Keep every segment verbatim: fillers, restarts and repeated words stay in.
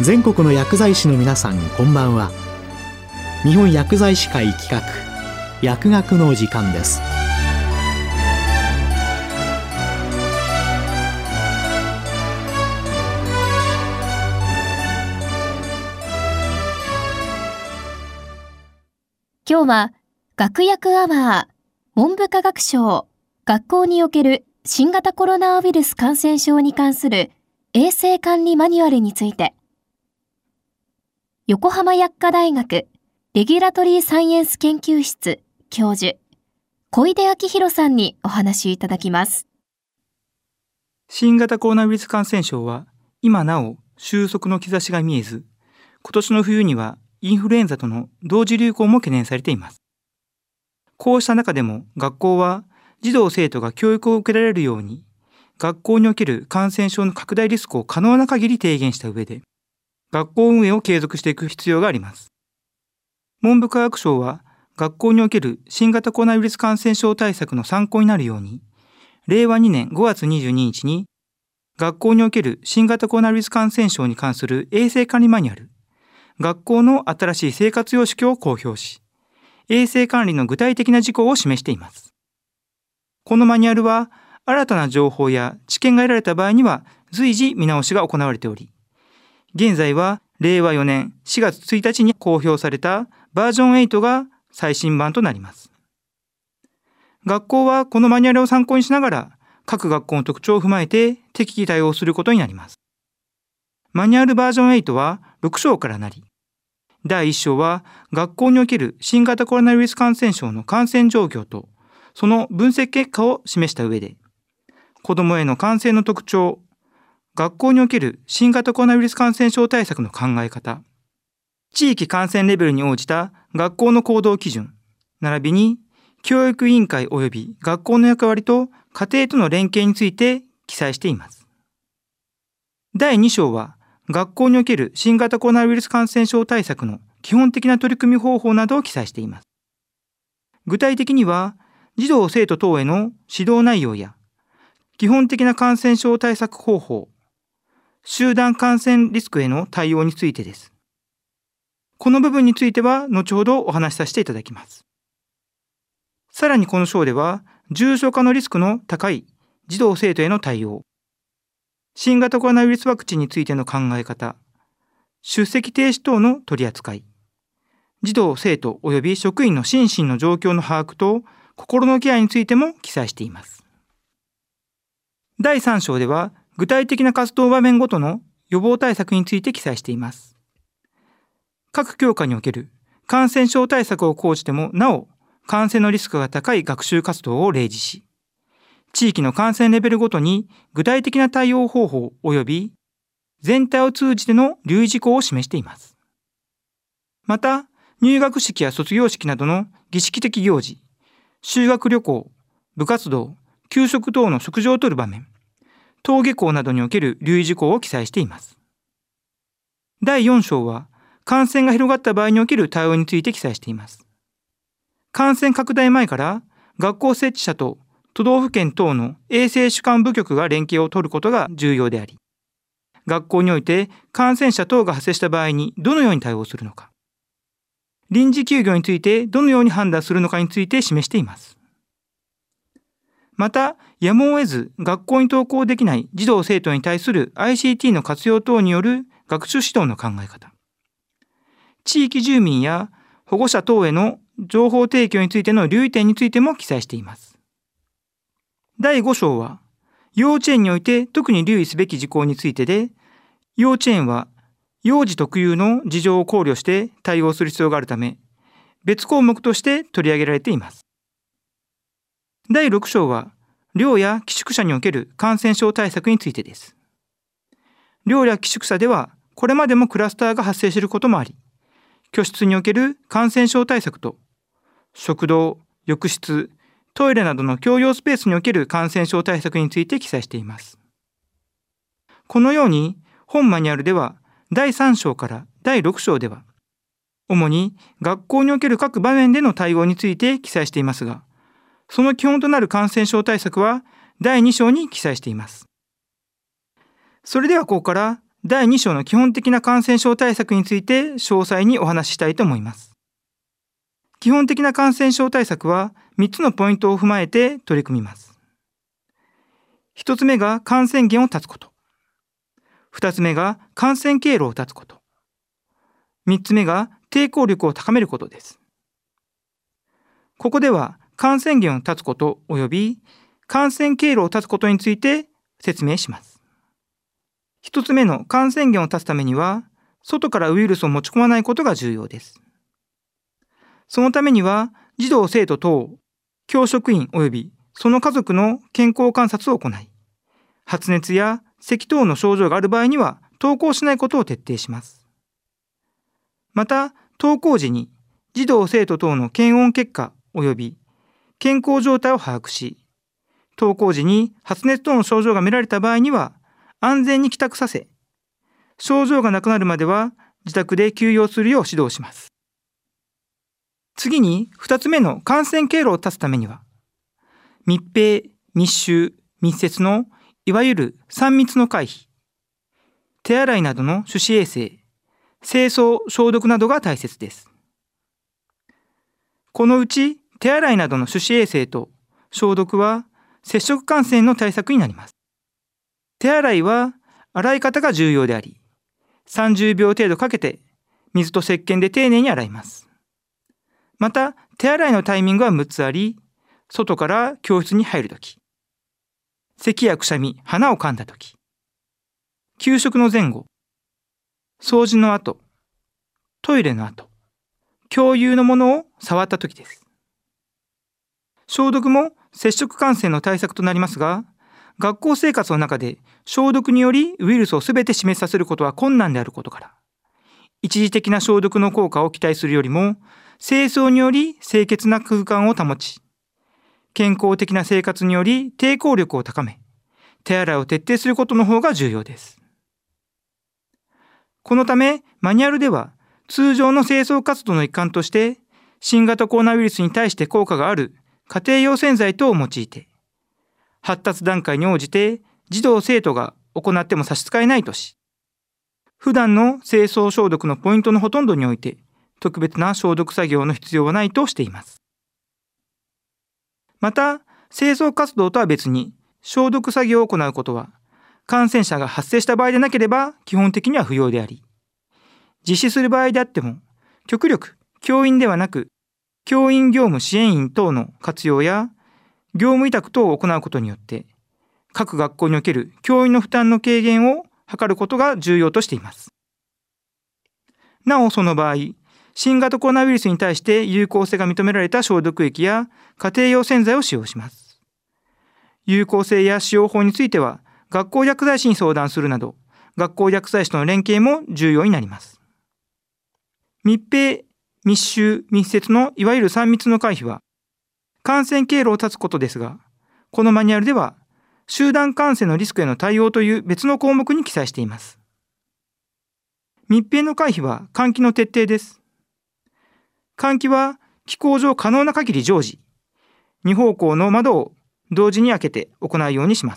全国の薬剤師の皆さん、こんばんは。日本薬剤師会企画、薬学の時間です。 今日は学薬アワー文部科学省学校における新型コロナウイルス感染症に関する衛生管理マニュアルについて、横浜薬科大学レギュラトリーサイエンス研究室教授小出明弘さんにお話しいただきます。 新型コロナウイルス感染症は今なお収束の兆しが見えず、今年の冬にはインフルエンザとの同時流行も懸念されています。こうした中でも学校は児童生徒が教育を受けられるように、学校における感染症の拡大リスクを可能な限り低減した上で、学校運営を継続していく必要があります。文部科学省は学校における新型コロナウイルス感染症対策の参考になるように、れいわにねんごがつにじゅうににちに学校における新型コロナウイルス感染症に関する衛生管理マニュアル、学校の新しい生活様式を公表し、衛生管理の具体的な事項を示しています。このマニュアルは、新たな情報や知見が得られた場合には随時見直しが行われており、現在はれいわよねんしがつついたちに公表されたバージョンはちが最新版となります。学校はこのマニュアルを参考にしながら、各学校の特徴を踏まえて適宜対応することになります。マニュアルバージョンはちはろくしょうからなり、だいいっ章は学校における新型コロナウイルス感染症の感染状況とその分析結果を示した上で、子どもへの感染の特徴、学校における新型コロナウイルス感染症対策の考え方、地域感染レベルに応じた学校の行動基準、並びに教育委員会及び学校の役割と家庭との連携について記載しています。だいに章は学校における新型コロナウイルス感染症対策の基本的な取り組み方法などを記載しています。具体的には、児童生徒等への指導内容や基本的な感染症対策方法、集団感染リスクへの対応についてです。この部分については後ほどお話しさせていただきます。さらにこの章では、重症化のリスクの高い児童生徒への対応、新型コロナウイルスワクチンについての考え方、出席停止等の取り扱い、児童生徒及び職員の心身の状況の把握と心のケアについても記載しています。だいさん章では、具体的な活動場面ごとの予防対策について記載しています。各教科における感染症対策を講じてもなお感染のリスクが高い学習活動を例示し、地域の感染レベルごとに具体的な対応方法及び全体を通じての留意事項を示しています。また、入学式や卒業式などの儀式的行事、修学旅行、部活動、給食等の食事をとる場面、登下校などにおける留意事項を記載しています。だいよん章は、感染が広がった場合における対応について記載しています。感染拡大前から学校設置者と都道府県等の衛生主管部局が連携を取ることが重要であり、学校において感染者等が発生した場合にどのように対応するのか、臨時休業についてどのように判断するのかについて示しています。また、やむを得ず学校に登校できない児童生徒に対する アイシーティー の活用等による学習指導の考え方、地域住民や保護者等への情報提供についての留意点についても記載しています。だいご章は、幼稚園において特に留意すべき事項についてで、幼稚園は幼児特有の事情を考慮して対応する必要があるため、別項目として取り上げられています。だいろく章は、寮や寄宿舎における感染症対策についてです。寮や寄宿舎では、これまでもクラスターが発生することもあり、居室における感染症対策と、食堂、浴室、トイレなどの共用スペースにおける感染症対策について記載しています。このように、本マニュアルでは、だいさん章からだいろく章では、主に学校における各場面での対応について記載していますが、その基本となる感染症対策はだいに章に記載しています。それではここからだいに章の基本的な感染症対策について詳細にお話ししたいと思います。基本的な感染症対策はみっつのポイントを踏まえて取り組みます。ひとつめが感染源を断つこと。ふたつめが感染経路を断つこと。みっつめが抵抗力を高めることです。ここでは感染源を断つこと及び感染経路を断つことについて説明します。ひとつめの感染源を断つためには、外からウイルスを持ち込まないことが重要です。そのためには、児童生徒等、教職員及びその家族の健康観察を行い、発熱や咳等の症状がある場合には登校しないことを徹底します。また、登校時に児童生徒等の検温結果及び健康状態を把握し、登校時に発熱等の症状が見られた場合には安全に帰宅させ、症状がなくなるまでは自宅で休養するよう指導します。次にふたつめの感染経路を断つためには、密閉、密集、密接のいわゆるさん密の回避、手洗いなどの手指衛生、清掃・消毒などが大切です。このうち手洗いなどの手指衛生と消毒は接触感染の対策になります。手洗いは洗い方が重要であり、さんじゅうびょう程度かけて水と石鹸で丁寧に洗います。また、手洗いのタイミングはむっつあり、外から教室に入るとき、咳やくしゃみ、鼻を噛んだとき、給食の前後、掃除の後、トイレの後、共有のものを触ったときです。消毒も接触感染の対策となりますが、学校生活の中で消毒によりウイルスをすべて死滅させることは困難であることから、一時的な消毒の効果を期待するよりも、清掃により清潔な空間を保ち、健康的な生活により抵抗力を高め、手洗いを徹底することの方が重要です。このため、マニュアルでは、通常の清掃活動の一環として、新型コロナウイルスに対して効果がある家庭用洗剤等を用いて、発達段階に応じて児童生徒が行っても差し支えないとし、普段の清掃消毒のポイントのほとんどにおいて、特別な消毒作業の必要はないとしています。また、清掃活動とは別に消毒作業を行うことは、感染者が発生した場合でなければ基本的には不要であり、実施する場合であっても、極力教員ではなく、教員業務支援員等の活用や、業務委託等を行うことによって、各学校における教員の負担の軽減を図ることが重要としています。なお、その場合、新型コロナウイルスに対して有効性が認められた消毒液や家庭用洗剤を使用します。有効性や使用法については、学校薬剤師に相談するなど、学校薬剤師との連携も重要になります。密閉、密集、密接のいわゆるさん密の回避は、感染経路を断つことですが、このマニュアルでは、集団感染のリスクへの対応という別の項目に記載しています。密閉の回避は換気の徹底です。換気は気候上可能な限り常時、に方向の窓を同時に開けて行うようにします。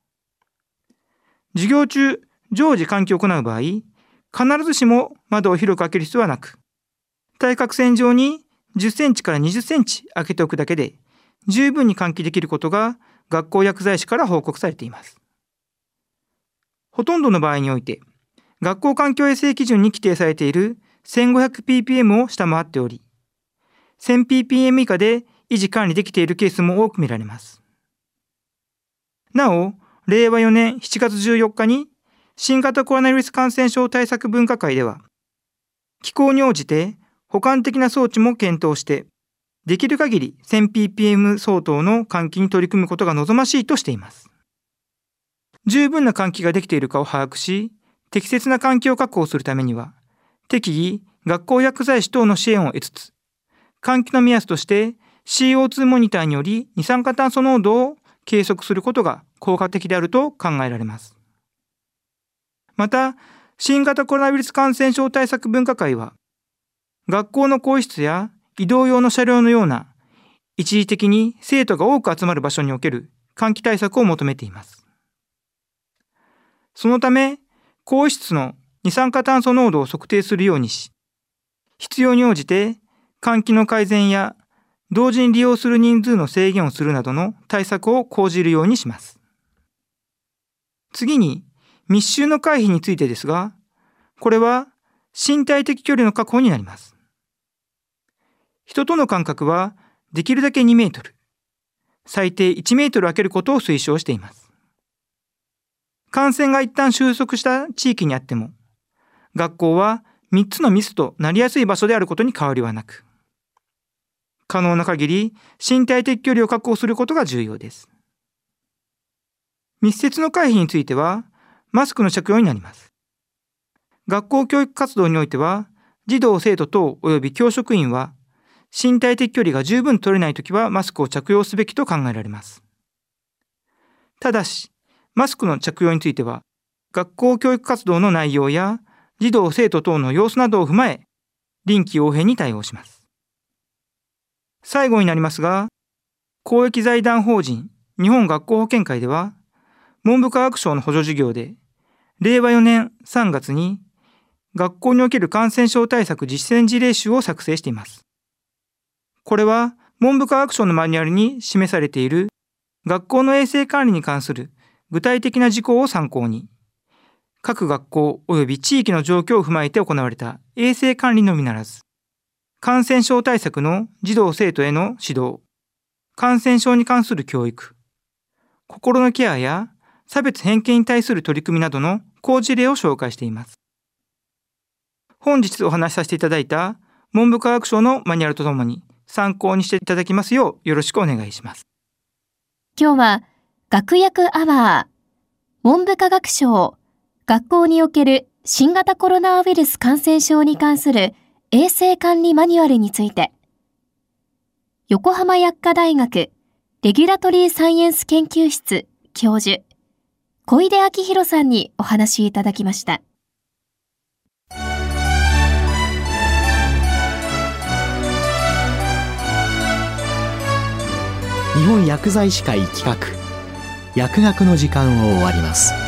授業中、常時換気を行う場合、必ずしも窓を広く開ける必要はなく、対角線上にじゅっセンチからにじゅっセンチ開けておくだけで、十分に換気できることが学校薬剤師から報告されています。ほとんどの場合において、学校環境衛生基準に規定されている せんごひゃくピーピーエム を下回っており、せんピーピーエム 以下で維持管理できているケースも多く見られます。なお、れいわよねんしちがつじゅうよっかに新型コロナウイルス感染症対策分科会では、気候に応じて補完的な装置も検討して、できる限り せんピーピーエム 相当の換気に取り組むことが望ましいとしています。十分な換気ができているかを把握し、適切な換気を確保するためには、適宜学校薬剤師等の支援を得つつ、換気の目安として シーオーツー モニターにより二酸化炭素濃度を計測することが効果的であると考えられます。また、新型コロナウイルス感染症対策分科会は、学校の更衣室や移動用の車両のような一時的に生徒が多く集まる場所における換気対策を求めています。そのため、 更衣室の二酸化炭素濃度を測定するようにし、必要に応じて換気の改善や同時に利用する人数の制限をするなどの対策を講じるようにします。次に密集の回避についてですが、これは身体的距離の確保になります。人との間隔はできるだけにメートル、最低いちメートル空けることを推奨しています。感染が一旦収束した地域にあっても、学校はみっつのミスとなりやすい場所であることに変わりはなく、可能な限り身体的距離を確保することが重要です。密接の回避については、マスクの着用になります。学校教育活動においては、児童生徒等及び教職員は、身体的距離が十分取れないときはマスクを着用すべきと考えられます。ただし、マスクの着用については、学校教育活動の内容や児童生徒等の様子などを踏まえ、臨機応変に対応します。最後になりますが、公益財団法人日本学校保健会では、文部科学省の補助事業で、れいわよねんさんがつに学校における感染症対策実践事例集を作成しています。これは文部科学省のマニュアルに示されている学校の衛生管理に関する具体的な事項を参考に、各学校及び地域の状況を踏まえて行われた衛生管理のみならず、感染症対策の児童生徒への指導、感染症に関する教育、心のケアや差別偏見に対する取り組みなどの好事例を紹介しています。本日お話しさせていただいた文部科学省のマニュアルとともに参考にしていただきますようよろしくお願いします。 今日は学薬アワー、文部科学省学校における新型コロナウイルス感染症に関する衛生管理マニュアルについて、横浜薬科大学レギュラトリーサイエンス研究室教授、小出明弘さんにお話しいただきました。 日本薬剤師会企画、薬学の時間を終わります。